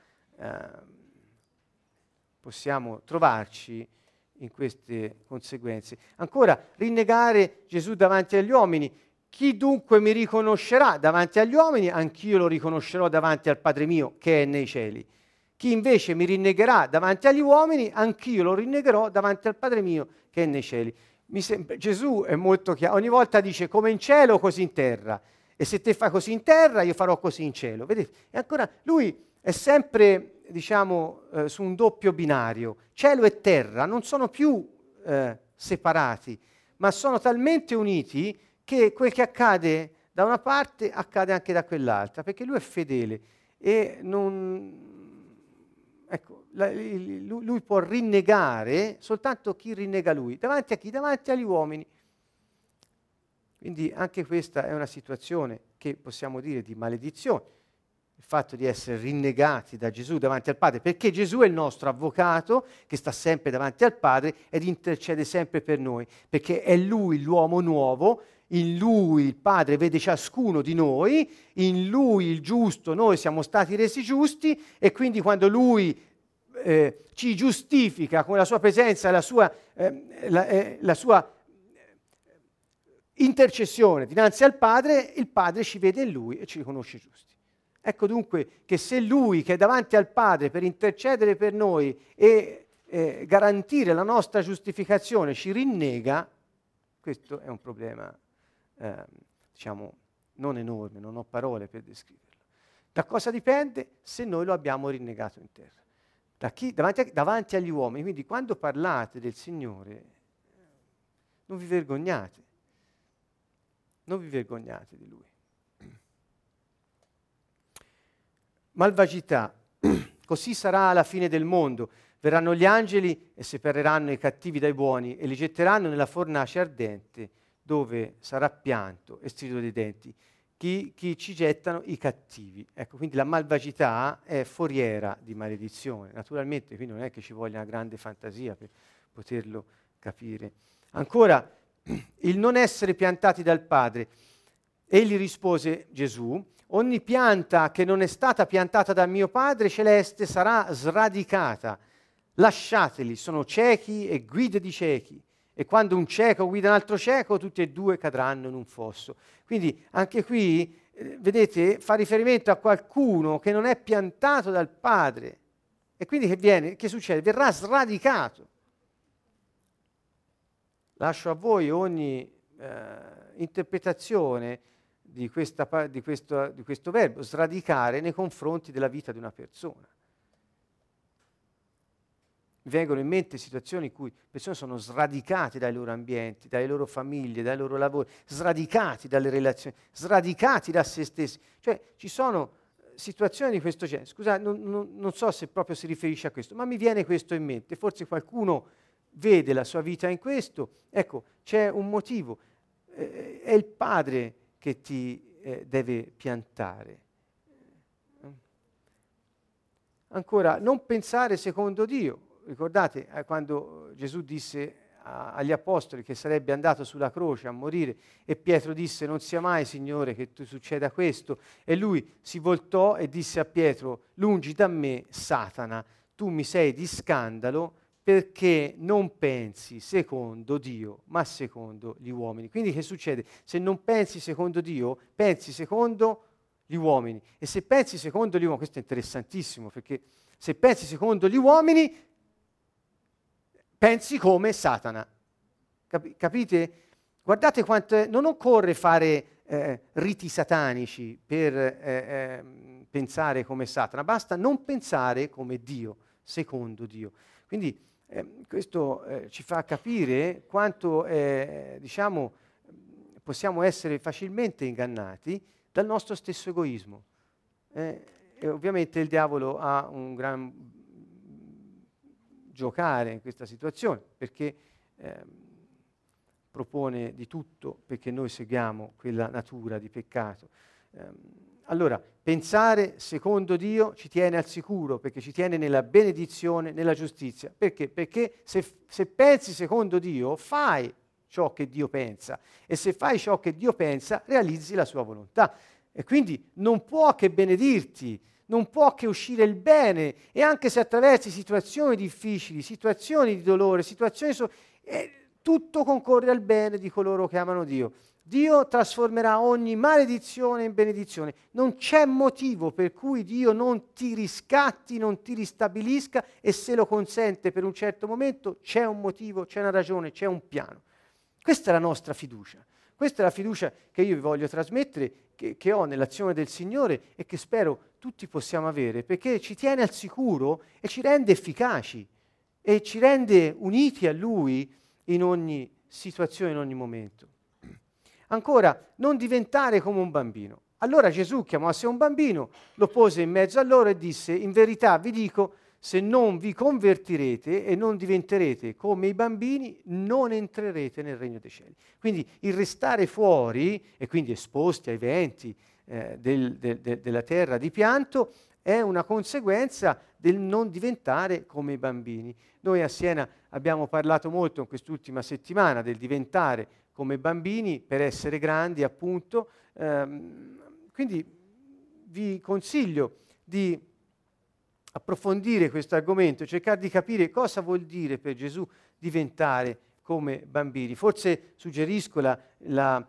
Speaker 1: possiamo trovarci in queste conseguenze. Ancora, rinnegare Gesù davanti agli uomini. Chi dunque mi riconoscerà davanti agli uomini, anch'io lo riconoscerò davanti al Padre mio che è nei cieli. Chi invece mi rinnegherà davanti agli uomini, anch'io lo rinnegherò davanti al Padre mio che è nei cieli. Gesù è molto chiaro, ogni volta dice: come in cielo così in terra, e se te fai così in terra io farò così in cielo. Vedete? E ancora lui è sempre, diciamo, su un doppio binario. Cielo e terra non sono più separati, ma sono talmente uniti che quel che accade da una parte accade anche da quell'altra, perché lui è fedele e lui può rinnegare soltanto chi rinnega lui. Davanti a chi? Davanti agli uomini. Quindi anche questa è una situazione che possiamo dire di maledizione, il fatto di essere rinnegati da Gesù davanti al Padre, perché Gesù è il nostro avvocato che sta sempre davanti al Padre ed intercede sempre per noi, perché è Lui l'uomo nuovo. In Lui il Padre vede ciascuno di noi, in Lui il giusto, noi siamo stati resi giusti e quindi quando Lui ci giustifica con la sua presenza e la sua intercessione dinanzi al Padre, il Padre ci vede in Lui e ci riconosce giusti. Ecco dunque che se Lui che è davanti al Padre per intercedere per noi e garantire la nostra giustificazione ci rinnega, questo è un problema diciamo non enorme, non ho parole per descriverlo. Da cosa dipende? Se noi lo abbiamo rinnegato in terra. Da chi? Davanti agli uomini. Quindi quando parlate del Signore non vi vergognate. Non vi vergognate di Lui. Malvagità. Così sarà alla fine del mondo. Verranno gli angeli e separeranno i cattivi dai buoni e li getteranno nella fornace ardente, dove sarà pianto e stridore dei denti. Chi ci gettano? I cattivi. Ecco, quindi la malvagità è foriera di maledizione. Naturalmente, quindi non è che ci voglia una grande fantasia per poterlo capire. Ancora, il non essere piantati dal Padre. Egli rispose, Gesù: ogni pianta che non è stata piantata dal mio Padre celeste sarà sradicata. Lasciateli, sono ciechi e guide di ciechi. E quando un cieco guida un altro cieco, tutti e due cadranno in un fosso. Quindi anche qui, vedete, fa riferimento a qualcuno che non è piantato dal Padre. E quindi che succede? Verrà sradicato. Lascio a voi ogni interpretazione di questo verbo, sradicare nei confronti della vita di una persona. Mi vengono in mente situazioni in cui persone sono sradicate dai loro ambienti, dalle loro famiglie, dai loro lavori, sradicati dalle relazioni, sradicati da se stessi. Cioè ci sono situazioni di questo genere. Scusate, non so se proprio si riferisce a questo, ma mi viene questo in mente. Forse qualcuno vede la sua vita in questo. Ecco, c'è un motivo. È il Padre che ti deve piantare. Ancora, non pensare secondo Dio. Ricordate quando Gesù disse agli apostoli che sarebbe andato sulla croce a morire e Pietro disse non sia mai Signore che tu succeda questo e lui si voltò e disse a Pietro lungi da me Satana, tu mi sei di scandalo perché non pensi secondo Dio ma secondo gli uomini. Quindi che succede? Se non pensi secondo Dio, pensi secondo gli uomini e se pensi secondo gli uomini, questo è interessantissimo perché se pensi secondo gli uomini pensi come Satana. Capite? Guardate quanto non occorre fare riti satanici per pensare come Satana, basta non pensare come Dio, secondo Dio. Quindi questo ci fa capire quanto diciamo, possiamo essere facilmente ingannati dal nostro stesso egoismo. E ovviamente il diavolo ha un gran giocare in questa situazione perché propone di tutto perché noi seguiamo quella natura di peccato. Allora, pensare secondo Dio ci tiene al sicuro perché ci tiene nella benedizione, nella giustizia. Perché? Perché se pensi secondo Dio, fai ciò che Dio pensa e se fai ciò che Dio pensa, realizzi la sua volontà. E quindi non può che benedirti, non può che uscire il bene e anche se attraversi situazioni difficili, situazioni di dolore, tutto concorre al bene di coloro che amano Dio. Dio trasformerà ogni maledizione in benedizione. Non c'è motivo per cui Dio non ti riscatti, non ti ristabilisca e se lo consente per un certo momento c'è un motivo, c'è una ragione, c'è un piano. Questa è la nostra fiducia. Questa è la fiducia che io vi voglio trasmettere, che ho nell'azione del Signore e che spero tutti possiamo avere, perché ci tiene al sicuro e ci rende efficaci e ci rende uniti a Lui in ogni situazione, in ogni momento. Ancora, non diventare come un bambino. Allora Gesù chiamò a sé un bambino, lo pose in mezzo a loro e disse, in verità vi dico, se non vi convertirete e non diventerete come i bambini, non entrerete nel regno dei cieli. Quindi il restare fuori e quindi esposti ai venti della terra di pianto è una conseguenza del non diventare come i bambini. Noi a Siena abbiamo parlato molto in quest'ultima settimana del diventare come bambini per essere grandi, appunto. Quindi vi consiglio di approfondire questo argomento, cercare di capire cosa vuol dire per Gesù diventare come bambini. Forse suggerisco la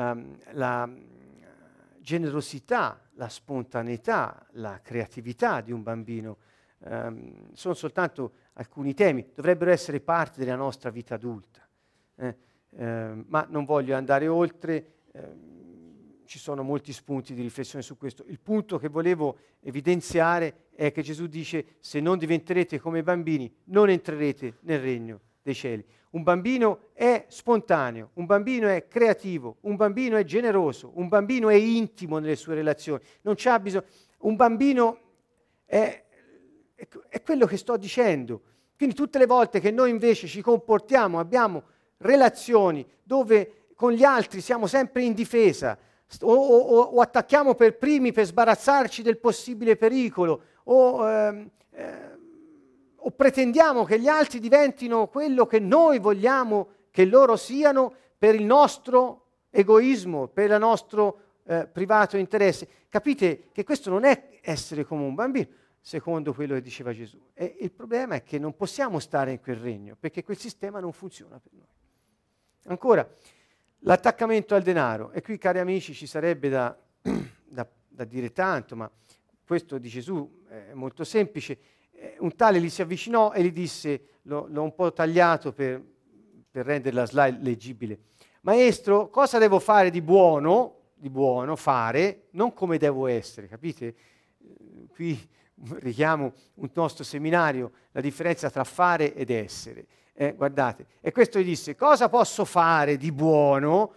Speaker 1: generosità, la spontaneità, la creatività di un bambino. Sono soltanto alcuni temi, dovrebbero essere parte della nostra vita adulta. Ma non voglio andare oltre, ci sono molti spunti di riflessione su questo. Il punto che volevo evidenziare è che Gesù dice se non diventerete come bambini non entrerete nel regno dei cieli. Un bambino è spontaneo, un bambino è creativo, un bambino è generoso, un bambino è intimo nelle sue relazioni, non c'ha bisogno, un bambino è quello che sto dicendo. Quindi tutte le volte che noi invece ci comportiamo, abbiamo relazioni dove con gli altri siamo sempre in difesa o attacchiamo per primi per sbarazzarci del possibile pericolo o pretendiamo che gli altri diventino quello che noi vogliamo che loro siano per il nostro egoismo, per il nostro privato interesse. Capite che questo non è essere come un bambino, secondo quello che diceva Gesù. E il problema è che non possiamo stare in quel regno, perché quel sistema non funziona per noi. Ancora, l'attaccamento al denaro. E qui, cari amici, ci sarebbe da dire tanto, ma questo di Gesù è molto semplice. Un tale gli si avvicinò e gli disse, l'ho un po' tagliato per rendere la slide leggibile, Maestro, cosa devo fare di buono fare, non come devo essere, capite? Qui richiamo un nostro seminario, la differenza tra fare ed essere. Guardate, e questo gli disse, cosa posso fare di buono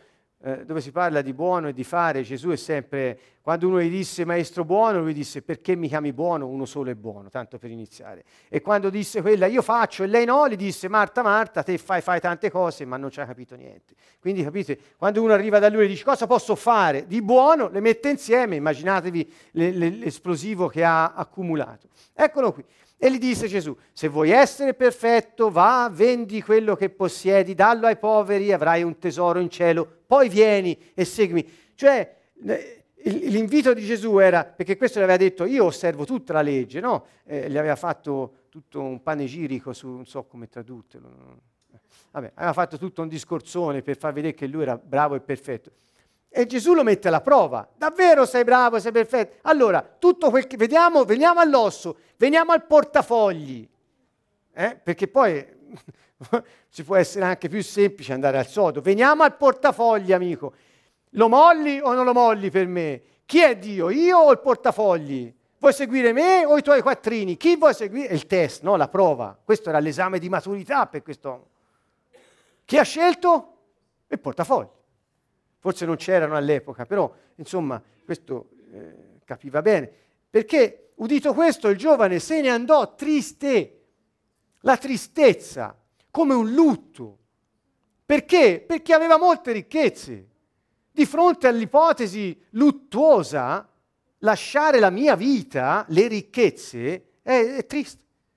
Speaker 1: dove si parla di buono e di fare, Gesù è sempre, quando uno gli disse maestro buono, lui disse perché mi chiami buono? Uno solo è buono, tanto per iniziare. E quando disse quella io faccio e lei no, gli disse Marta, Marta, te fai tante cose ma non ci hai capito niente. Quindi capite, quando uno arriva da lui e dice cosa posso fare di buono, le mette insieme, immaginatevi l'esplosivo che ha accumulato. Eccolo qui. E gli disse Gesù, se vuoi essere perfetto, va, vendi quello che possiedi, dallo ai poveri, avrai un tesoro in cielo, poi vieni e seguimi. Cioè, l'invito di Gesù era, perché questo gli aveva detto, io osservo tutta la legge, no? Gli aveva fatto tutto un panegirico su, non so come tradurtelo, vabbè, aveva fatto tutto un discorsone per far vedere che lui era bravo e perfetto. E Gesù lo mette alla prova. Davvero sei bravo, sei perfetto? Allora, tutto quel che vediamo, veniamo all'osso, veniamo al portafogli. Perché poi ci può essere anche più semplice andare al sodo. Veniamo al portafogli, amico. Lo molli o non lo molli per me? Chi è Dio? Io o il portafogli? Vuoi seguire me o i tuoi quattrini? Chi vuoi seguire? È il test, no? La prova. Questo era l'esame di maturità per quest'uomo. Chi ha scelto? Il portafogli. Forse non c'erano all'epoca, però insomma questo capiva bene. Perché, udito questo, il giovane se ne andò triste, la tristezza, come un lutto. Perché? Perché aveva molte ricchezze. Di fronte all'ipotesi luttuosa, lasciare la mia vita, le ricchezze, è triste.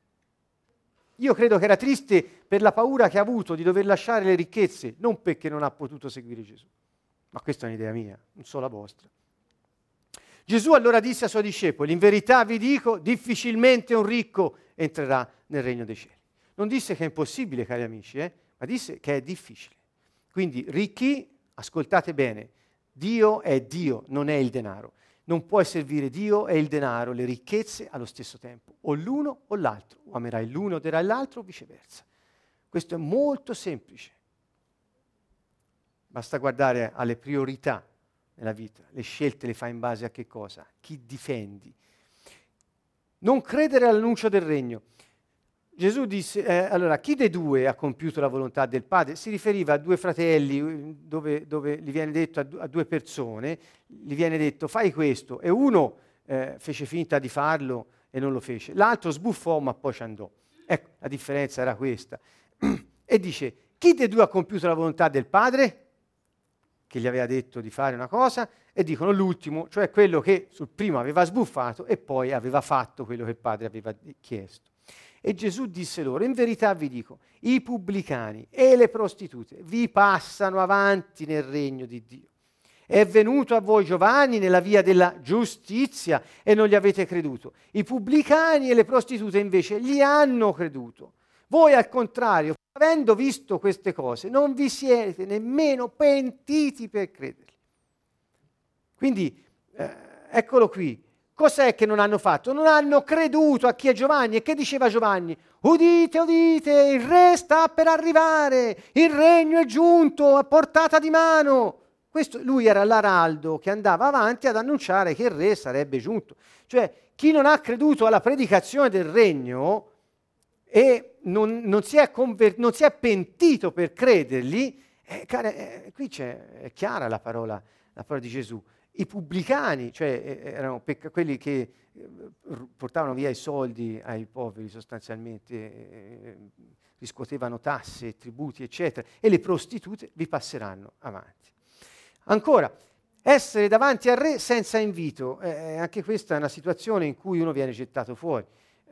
Speaker 1: Io credo che era triste per la paura che ha avuto di dover lasciare le ricchezze, non perché non ha potuto seguire Gesù. Ma questa è un'idea mia, non so la vostra. Gesù allora disse ai suoi discepoli, in verità vi dico, difficilmente un ricco entrerà nel regno dei cieli. Non disse che è impossibile, cari amici, ma disse che è difficile. Quindi ricchi, ascoltate bene, Dio è Dio, non è il denaro. Non puoi servire Dio e il denaro, le ricchezze allo stesso tempo. O l'uno o l'altro. O amerai l'uno o darai l'altro o viceversa. Questo è molto semplice. Basta guardare alle priorità nella vita. Le scelte le fai in base a che cosa? Chi difendi? Non credere all'annuncio del regno. Gesù disse, allora, chi dei due ha compiuto la volontà del Padre? Si riferiva a due fratelli dove gli viene detto a due persone, gli viene detto fai questo e uno fece finta di farlo e non lo fece. L'altro sbuffò ma poi ci andò. Ecco, la differenza era questa. E dice, chi dei due ha compiuto la volontà del Padre? Che gli aveva detto di fare una cosa, e dicono l'ultimo, cioè quello che sul primo aveva sbuffato e poi aveva fatto quello che il Padre aveva chiesto. E Gesù disse loro, in verità vi dico, i pubblicani e le prostitute vi passano avanti nel regno di Dio. È venuto a voi Giovanni nella via della giustizia e non gli avete creduto. I pubblicani e le prostitute invece gli hanno creduto. Voi al contrario, avendo visto queste cose, non vi siete nemmeno pentiti per crederli. Quindi, eccolo qui. Cos'è che non hanno fatto? Non hanno creduto a chi è Giovanni. E che diceva Giovanni? Udite, udite, il re sta per arrivare, il regno è giunto a portata di mano. Lui era l'araldo che andava avanti ad annunciare che il re sarebbe giunto. Cioè, chi non ha creduto alla predicazione del regno e non si è pentito per credergli, qui è chiara la parola di Gesù. I pubblicani, cioè erano quelli che portavano via i soldi ai poveri sostanzialmente, riscuotevano tasse, tributi, eccetera, e le prostitute vi passeranno avanti. Ancora, essere davanti al re senza invito, anche questa è una situazione in cui uno viene gettato fuori.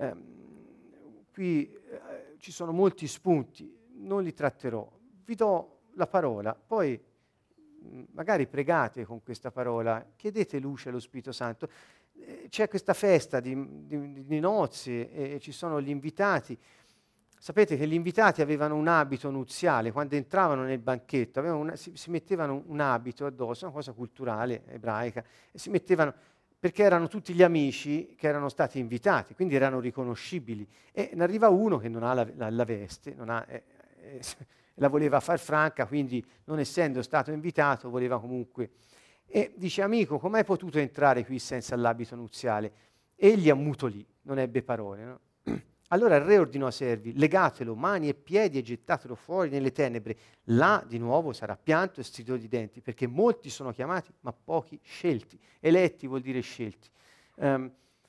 Speaker 1: Qui ci sono molti spunti, non li tratterò, vi do la parola, poi magari pregate con questa parola, chiedete luce allo Spirito Santo. C'è questa festa di nozze e ci sono gli invitati. Sapete che gli invitati avevano un abito nuziale, quando entravano nel banchetto si mettevano un abito addosso, una cosa culturale ebraica, e si mettevano perché erano tutti gli amici che erano stati invitati, quindi erano riconoscibili. E ne arriva uno che non ha la veste, la voleva far franca, quindi non essendo stato invitato voleva comunque. E dice, amico, come hai potuto entrare qui senza l'abito nuziale? Egli ammutolì, non ebbe parole, no? Allora il re ordinò ai servi: legatelo mani e piedi e gettatelo fuori nelle tenebre. Là di nuovo sarà pianto e stridore di denti, perché molti sono chiamati, ma pochi scelti. Eletti vuol dire scelti. Ehm,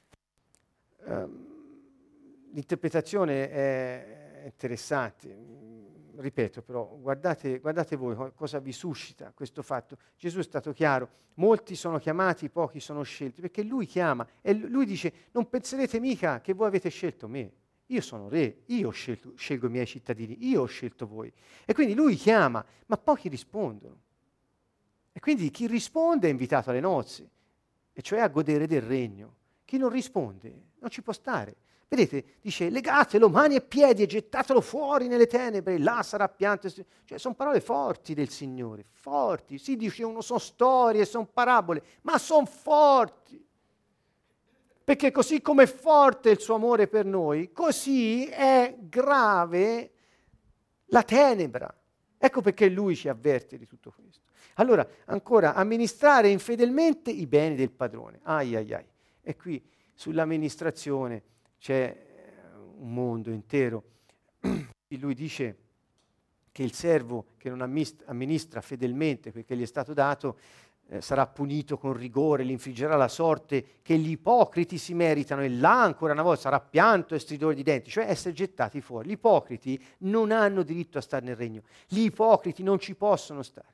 Speaker 1: L'interpretazione è interessante. Ripeto però, guardate voi cosa vi suscita questo fatto. Gesù è stato chiaro: molti sono chiamati, pochi sono scelti, perché lui chiama e lui dice: non penserete mica che voi avete scelto me. Io sono re, io scelgo i miei cittadini, io ho scelto voi. E quindi lui chiama, ma pochi rispondono. E quindi chi risponde è invitato alle nozze, e cioè a godere del regno. Chi non risponde non ci può stare. Vedete, dice: legatelo mani e piedi e gettatelo fuori nelle tenebre, là sarà pianto. Cioè, sono parole forti del Signore, forti. Si dice uno sono storie, sono parabole, ma sono forti. Perché così come è forte il suo amore per noi, così è grave la tenebra. Ecco perché lui ci avverte di tutto questo. Allora, ancora, amministrare infedelmente i beni del padrone. Ai ai ai. E qui sull'amministrazione c'è un mondo intero. Lui dice che il servo che non amministra fedelmente quel che gli è stato dato sarà punito con rigore, gli infliggerà la sorte che gli ipocriti si meritano, e là ancora una volta sarà pianto e stridore di denti, cioè essere gettati fuori. Gli ipocriti non hanno diritto a stare nel regno, gli ipocriti non ci possono stare.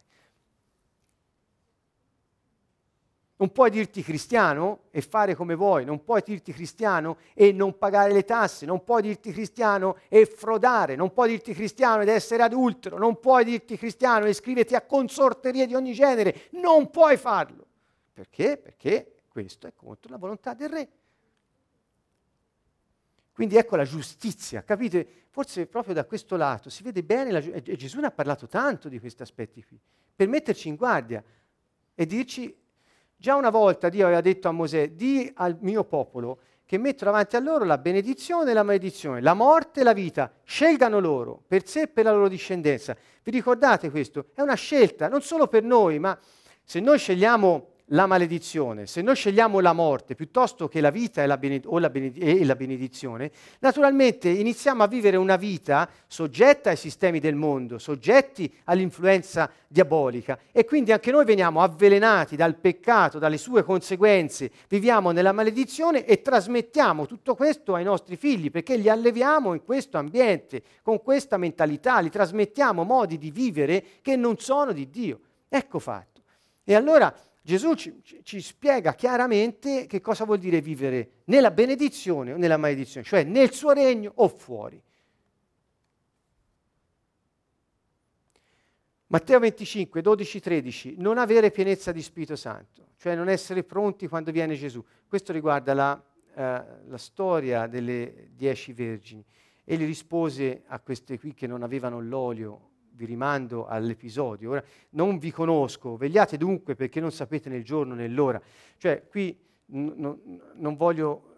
Speaker 1: Non puoi dirti cristiano e fare come vuoi, non puoi dirti cristiano e non pagare le tasse, non puoi dirti cristiano e frodare, non puoi dirti cristiano ed essere adultero, non puoi dirti cristiano e iscriverti a consorterie di ogni genere, non puoi farlo. Perché? Perché questo è contro la volontà del re. Quindi ecco la giustizia, capite? Forse proprio da questo lato si vede bene, e Gesù ne ha parlato tanto di questi aspetti qui, per metterci in guardia e dirci: già una volta Dio aveva detto a Mosè: di al mio popolo che metto davanti a loro la benedizione e la maledizione, la morte e la vita, scelgano loro per sé e per la loro discendenza. Vi ricordate questo? È una scelta non solo per noi, ma se noi scegliamo la maledizione, se noi scegliamo la morte piuttosto che la vita e la benedizione, naturalmente iniziamo a vivere una vita soggetta ai sistemi del mondo, soggetti all'influenza diabolica, e quindi anche noi veniamo avvelenati dal peccato, dalle sue conseguenze, viviamo nella maledizione e trasmettiamo tutto questo ai nostri figli, perché li alleviamo in questo ambiente, con questa mentalità, li trasmettiamo modi di vivere che non sono di Dio. Ecco fatto. E allora Gesù ci spiega chiaramente che cosa vuol dire vivere nella benedizione o nella maledizione, cioè nel suo regno o fuori. Matteo 25, 12, 13, non avere pienezza di Spirito Santo, cioè non essere pronti quando viene Gesù. Questo riguarda la storia delle 10 vergini. Egli rispose a queste qui che non avevano l'olio: vi rimando all'episodio, ora non vi conosco, vegliate dunque perché non sapete né il giorno né l'ora. Cioè qui non voglio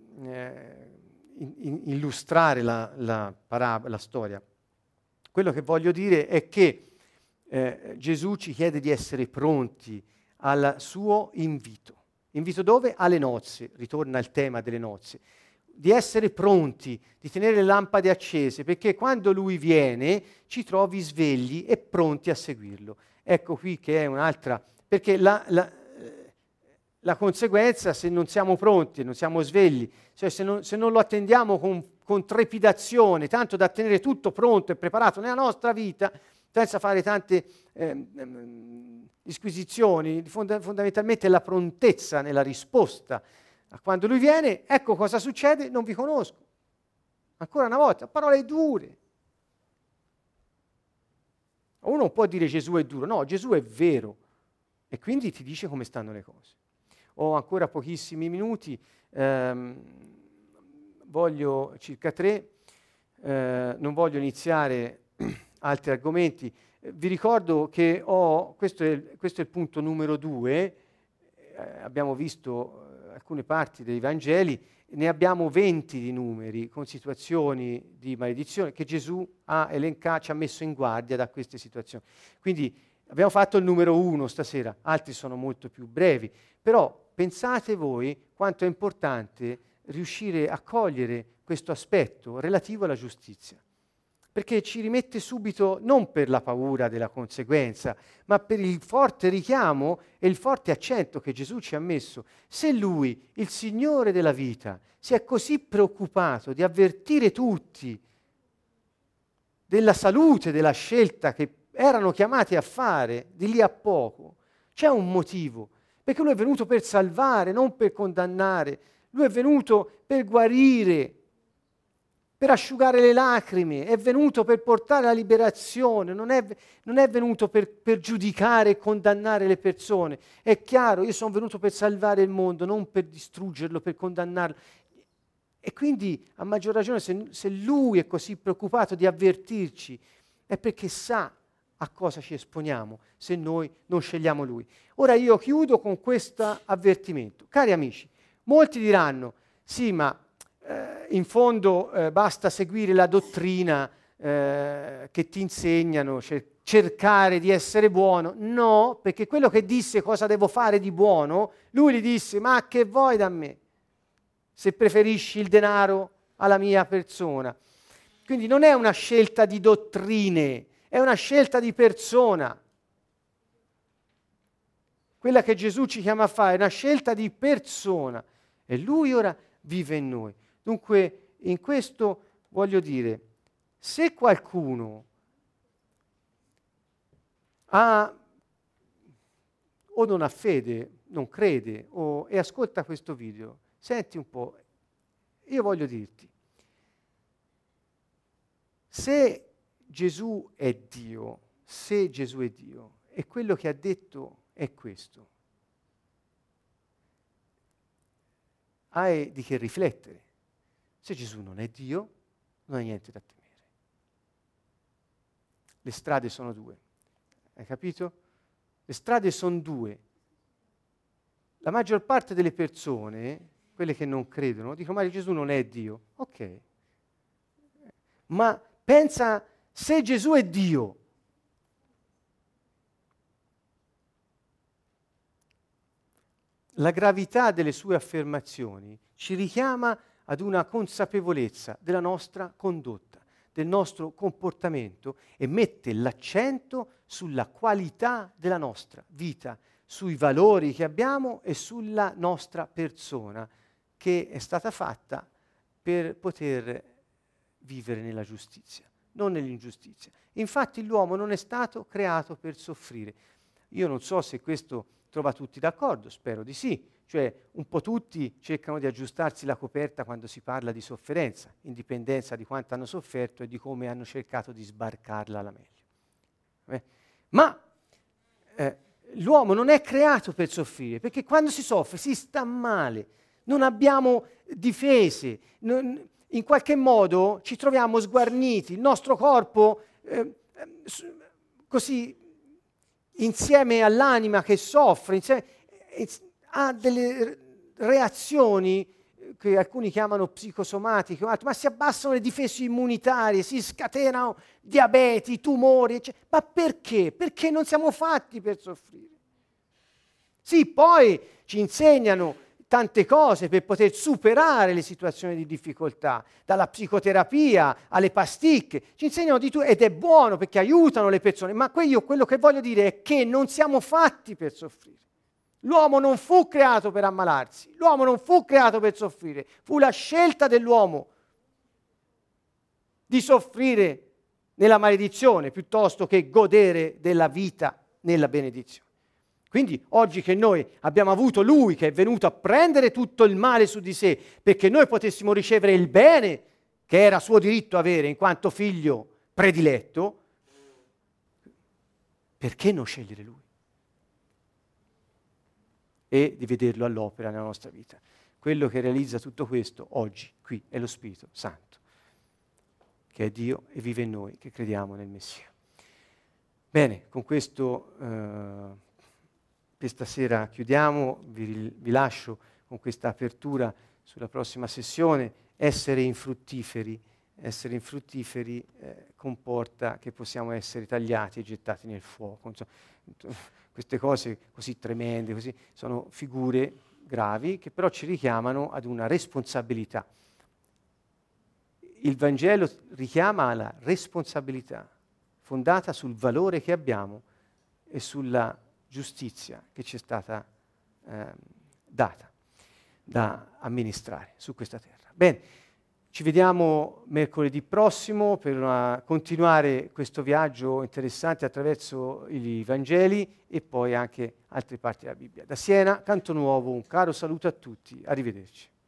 Speaker 1: illustrare la storia. Quello che voglio dire è che Gesù ci chiede di essere pronti al suo invito. Invito dove? Alle nozze, ritorna il tema delle nozze. Di essere pronti, di tenere le lampade accese, perché quando Lui viene ci trovi svegli e pronti a seguirlo. Ecco qui che è un'altra, perché la conseguenza, se non siamo pronti, non siamo svegli, cioè se non lo attendiamo con trepidazione, tanto da tenere tutto pronto e preparato nella nostra vita, senza fare tante disquisizioni, fondamentalmente la prontezza nella risposta. Quando Lui viene, ecco cosa succede: non vi conosco. Ancora una volta, parole dure. Uno non può dire Gesù è duro, no, Gesù è vero e quindi ti dice come stanno le cose. Ho ancora pochissimi minuti, voglio circa 3, non voglio iniziare altri argomenti. Vi ricordo che questo è il punto numero 2, abbiamo visto alcune parti dei Vangeli, ne abbiamo 20 di numeri con situazioni di maledizione che Gesù ha elencato, ci ha messo in guardia da queste situazioni. Quindi abbiamo fatto il numero 1 stasera, altri sono molto più brevi, però pensate voi quanto è importante riuscire a cogliere questo aspetto relativo alla giustizia, perché ci rimette subito non per la paura della conseguenza, ma per il forte richiamo e il forte accento che Gesù ci ha messo. Se Lui, il Signore della vita, si è così preoccupato di avvertire tutti della salute, della scelta che erano chiamati a fare di lì a poco, c'è un motivo, perché Lui è venuto per salvare, non per condannare. Lui è venuto per guarire, per asciugare le lacrime, è venuto per portare la liberazione, non è venuto per giudicare e condannare le persone. È chiaro, io sono venuto per salvare il mondo, non per distruggerlo, per condannarlo. E quindi, a maggior ragione, se Lui è così preoccupato di avvertirci, è perché sa a cosa ci esponiamo se noi non scegliamo Lui. Ora io chiudo con questo avvertimento. Cari amici, molti diranno, sì, ma in fondo basta seguire la dottrina che ti insegnano, cercare di essere buono. No, perché quello che disse cosa devo fare di buono, Lui gli disse, ma che vuoi da me? Se preferisci il denaro alla mia persona. Quindi non è una scelta di dottrine, è una scelta di persona. Quella che Gesù ci chiama a fare è una scelta di persona e Lui ora vive in noi. Dunque, in questo voglio dire, se qualcuno ha o non ha fede, non crede, e ascolta questo video, senti un po', io voglio dirti, se Gesù è Dio, e quello che ha detto è questo, hai di che riflettere. Se Gesù non è Dio, non hai niente da temere. Le strade sono due, hai capito? Le strade sono due. La maggior parte delle persone, quelle che non credono, dicono ma Gesù non è Dio. Ok, ma pensa se Gesù è Dio. La gravità delle sue affermazioni ci richiama ad una consapevolezza della nostra condotta, del nostro comportamento e mette l'accento sulla qualità della nostra vita, sui valori che abbiamo e sulla nostra persona che è stata fatta per poter vivere nella giustizia, non nell'ingiustizia. Infatti l'uomo non è stato creato per soffrire. Io non so se questo trova tutti d'accordo, spero di sì. Cioè un po' tutti cercano di aggiustarsi la coperta quando si parla di sofferenza, in dipendenza di quanto hanno sofferto e di come hanno cercato di sbarcarla alla meglio. Ma l'uomo non è creato per soffrire, perché quando si soffre si sta male, non abbiamo difese, in qualche modo ci troviamo sguarniti, il nostro corpo così insieme all'anima che soffre, ha delle reazioni che alcuni chiamano psicosomatiche, ma si abbassano le difese immunitarie, si scatenano diabeti, tumori, eccetera. Ma perché? Perché non siamo fatti per soffrire. Sì, poi ci insegnano tante cose per poter superare le situazioni di difficoltà, dalla psicoterapia alle pasticche, ci insegnano di tutto ed è buono perché aiutano le persone, ma quello che voglio dire è che non siamo fatti per soffrire. L'uomo non fu creato per ammalarsi, l'uomo non fu creato per soffrire, fu la scelta dell'uomo di soffrire nella maledizione piuttosto che godere della vita nella benedizione. Quindi oggi che noi abbiamo avuto Lui che è venuto a prendere tutto il male su di sé perché noi potessimo ricevere il bene che era suo diritto avere in quanto figlio prediletto, perché non scegliere Lui? E di vederlo all'opera nella nostra vita. Quello che realizza tutto questo oggi, qui, è lo Spirito Santo, che è Dio e vive in noi, che crediamo nel Messia. Bene, con questo questa sera chiudiamo, vi lascio con questa apertura sulla prossima sessione. Essere infruttiferi comporta che possiamo essere tagliati e gettati nel fuoco. Insomma, queste cose così tremende, così, sono figure gravi, che però ci richiamano ad una responsabilità. Il Vangelo richiama alla responsabilità, fondata sul valore che abbiamo e sulla giustizia che ci è stata data da amministrare su questa terra. Bene, ci vediamo mercoledì prossimo per continuare questo viaggio interessante attraverso i Vangeli e poi anche altre parti della Bibbia. Da Siena, Canto Nuovo, un caro saluto a tutti, arrivederci.